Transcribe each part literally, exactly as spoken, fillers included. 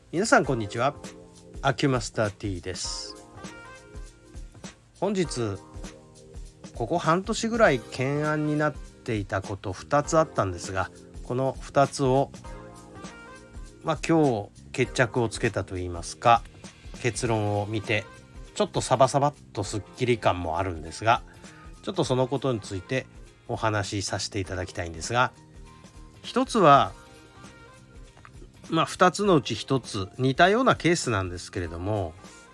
皆さんこんにちは。アキュマスター T です。本日ここ半年ぐらい懸案になっていたことふたつあったんですが、このふたつをまあ今日決着をつけたといいますか、結論を見てちょっとサバサバっとすっきり感もあるんですが、ちょっとそのことについてお話しさせていただきたいんですが、一つはまあふたつのうちひとつ似たようなケースなんですけれども、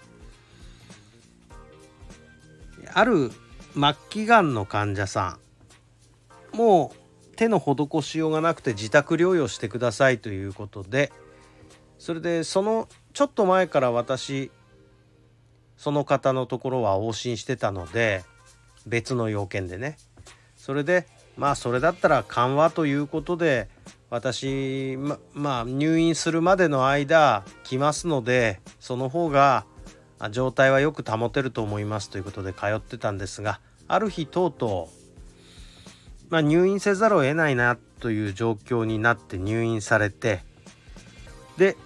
ある末期がんの患者さん、もう手の施しようがなくて自宅療養してくださいということで、それでそのちょっと前から私その方のところは往診してたので、別の要件でね、それでまあそれだったら緩和ということで私 ま, まあ入院するまでの間来ますので、その方が状態はよく保てると思いますということで通ってたんですが、ある日とうとう、まあ、入院せざるを得ないなという状況になって入院されて、で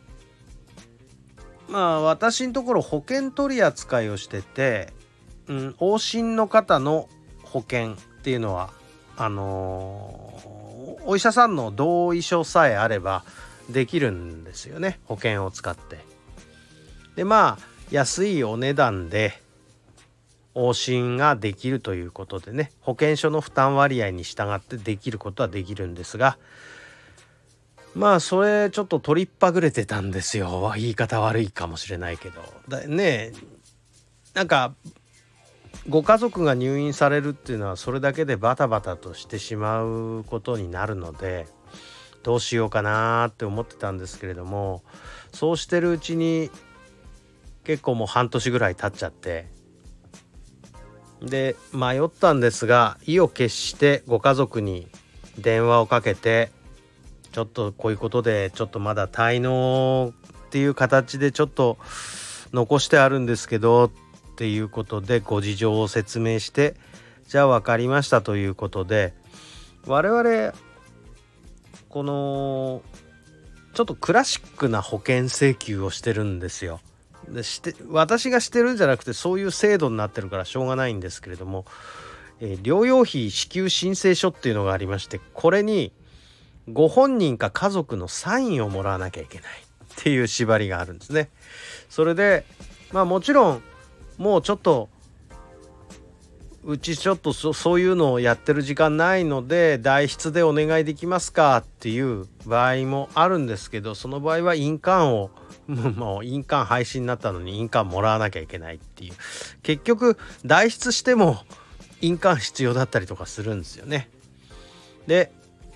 まあ私のところ保険取り扱いをしてて、うん、往診の方の保険っていうのはあのー、お医者さんの同意書さえあればできるんですよね、保険を使って。でまあ安いお値段で往診ができるということでね、保険証の負担割合に従ってできることはできるんですが、まあそれちょっと取りっぱぐれてたんですよ。言い方悪いかもしれないけどだね。なんかご家族が入院されるっていうのはそれだけでバタバタとしてしまうことになるので、どうしようかなって思ってたんですけれども、そうしてるうちに結構もう半年ぐらい経っちゃって、で迷ったんですが、意を決してご家族に電話をかけて、ちょっとこういうことでちょっとまだ滞納っていう形でちょっと残してあるんですけどっていうことでご事情を説明して、じゃあ分かりましたということで、我々このちょっとクラシックな保険請求をしてるんですよ。でして私がしてるんじゃなくて、そういう制度になってるからしょうがないんですけれども、えー、療養費支給申請書っていうのがありまして、これにご本人か家族のサインをもらわなきゃいけないっていう縛りがあるんですね。それでまあもちろんもうちょっとうちちょっと そ, そういうのをやってる時間ないので代筆でお願いできますかっていう場合もあるんですけど、その場合は印鑑をもう印鑑廃止になったのに印鑑もらわなきゃいけないっていう、結局代筆しても印鑑必要だったりとかするんですよね。で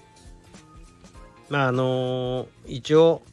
まああのー、一応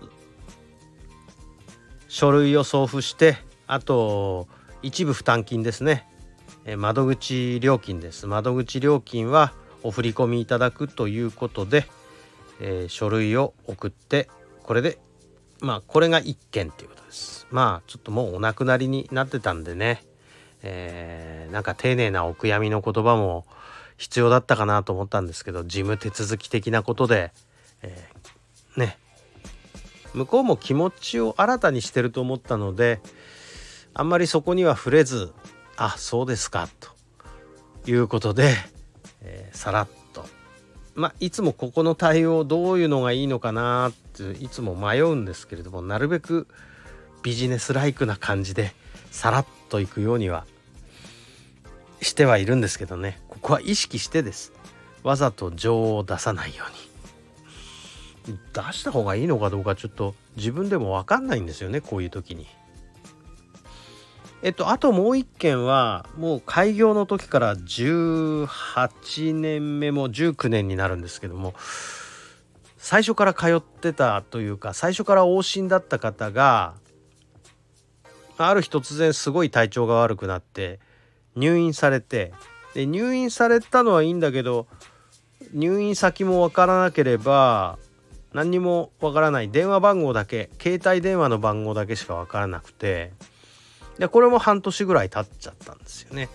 書類を送付して、あと一部負担金ですね、窓口料金です。窓口料金はお振り込みいただくということで、えー、書類を送って、これでまあこれがいっけんということです。まあちょっともうお亡くなりになってたんでね、えー、なんか丁寧なお悔やみの言葉も必要だったかなと思ったんですけど、事務手続き的なことで、えー、ね向こうも気持ちを新たにしてると思ったので、あんまりそこには触れず、あ、そうですかということで、えー、さらっと、まあいつもここの対応どういうのがいいのかなっていつも迷うんですけれども、なるべくビジネスライクな感じでさらっといくようにはしてはいるんですけどね、ここは意識してです。わざと情を出さないように。出した方がいいのかどうかちょっと自分でも分かんないんですよね、こういう時に。えっとあともう一件はもう開業の時からじゅうはちねんめもじゅうきゅうねんになるんですけども、最初から通ってたというか最初から往診だった方がある日突然すごい体調が悪くなって入院されて、で入院されたのはいいんだけど、入院先も分からなければ何にも分からない電話番号だけ、携帯電話の番号だけしか分からなくて、でこれも半年ぐらい経っちゃったんですよね。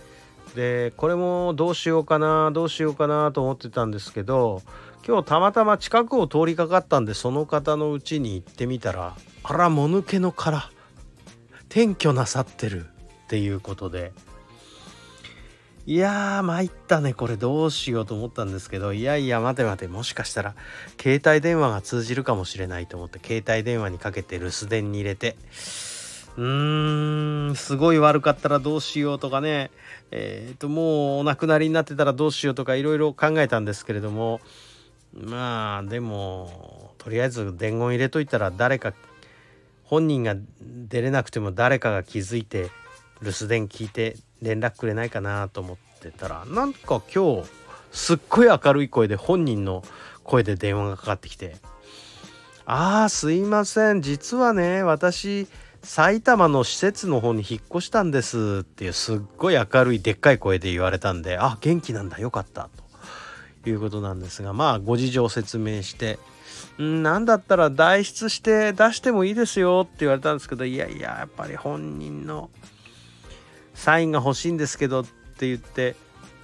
でこれもどうしようかなどうしようかなと思ってたんですけど、今日たまたま近くを通りかかったんで、その方の家に行ってみたら、あらもぬけの殻転居なさってるっていうことで、いやー参ったね、これどうしようと思ったんですけど、いやいや待て待て、もしかしたら携帯電話が通じるかもしれないと思って携帯電話にかけて留守電に入れて、うーんすごい悪かったらどうしようとかね、えーともうお亡くなりになってたらどうしようとかいろいろ考えたんですけれども、まあでもとりあえず伝言入れといたら、誰か本人が出れなくても誰かが気づいて留守電聞いて連絡くれないかなと思ってたら、なんか今日すっごい明るい声で本人の声で電話がかかってきて、あーすいません、実はね私埼玉の施設の方に引っ越したんですっていうすっごい明るいでっかい声で言われたんで、あ元気なんだよかったということなんですが、まあご事情を説明して、んなんだったら代筆して出してもいいですよって言われたんですけど、いやいややっぱり本人のサインが欲しいんですけどって言って、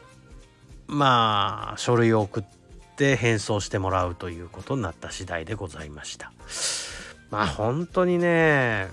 まあ書類を送って返送してもらうということになった次第でございました。まあ本当にね、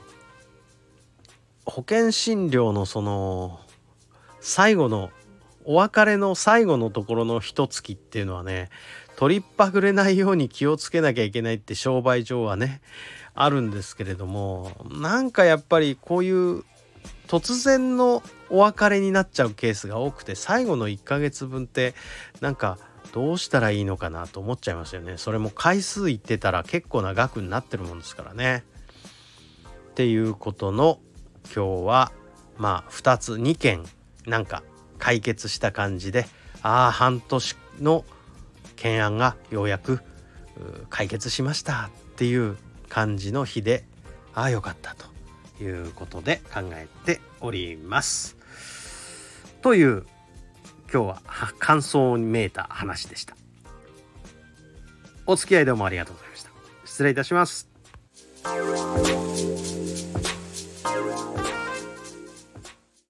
保険診療のその最後のお別れの最後のところの一月っていうのはね、取りっぱぐれないように気をつけなきゃいけないって商売上はねあるんですけれども、なんかやっぱりこういう突然のお別れになっちゃうケースが多くて、最後のいっかげつぶんってなんかどうしたらいいのかなと思っちゃいますよね。それも回数いってたら結構な額になってるもんですからね。っていうことの今日はまあふたつにけんなんか解決した感じで、ああ半年の懸案がようやく解決しましたっていう感じの日で、ああよかったということで考えております。という今日は感想にめいた話でした。お付き合いどうもありがとうございました。失礼いたします。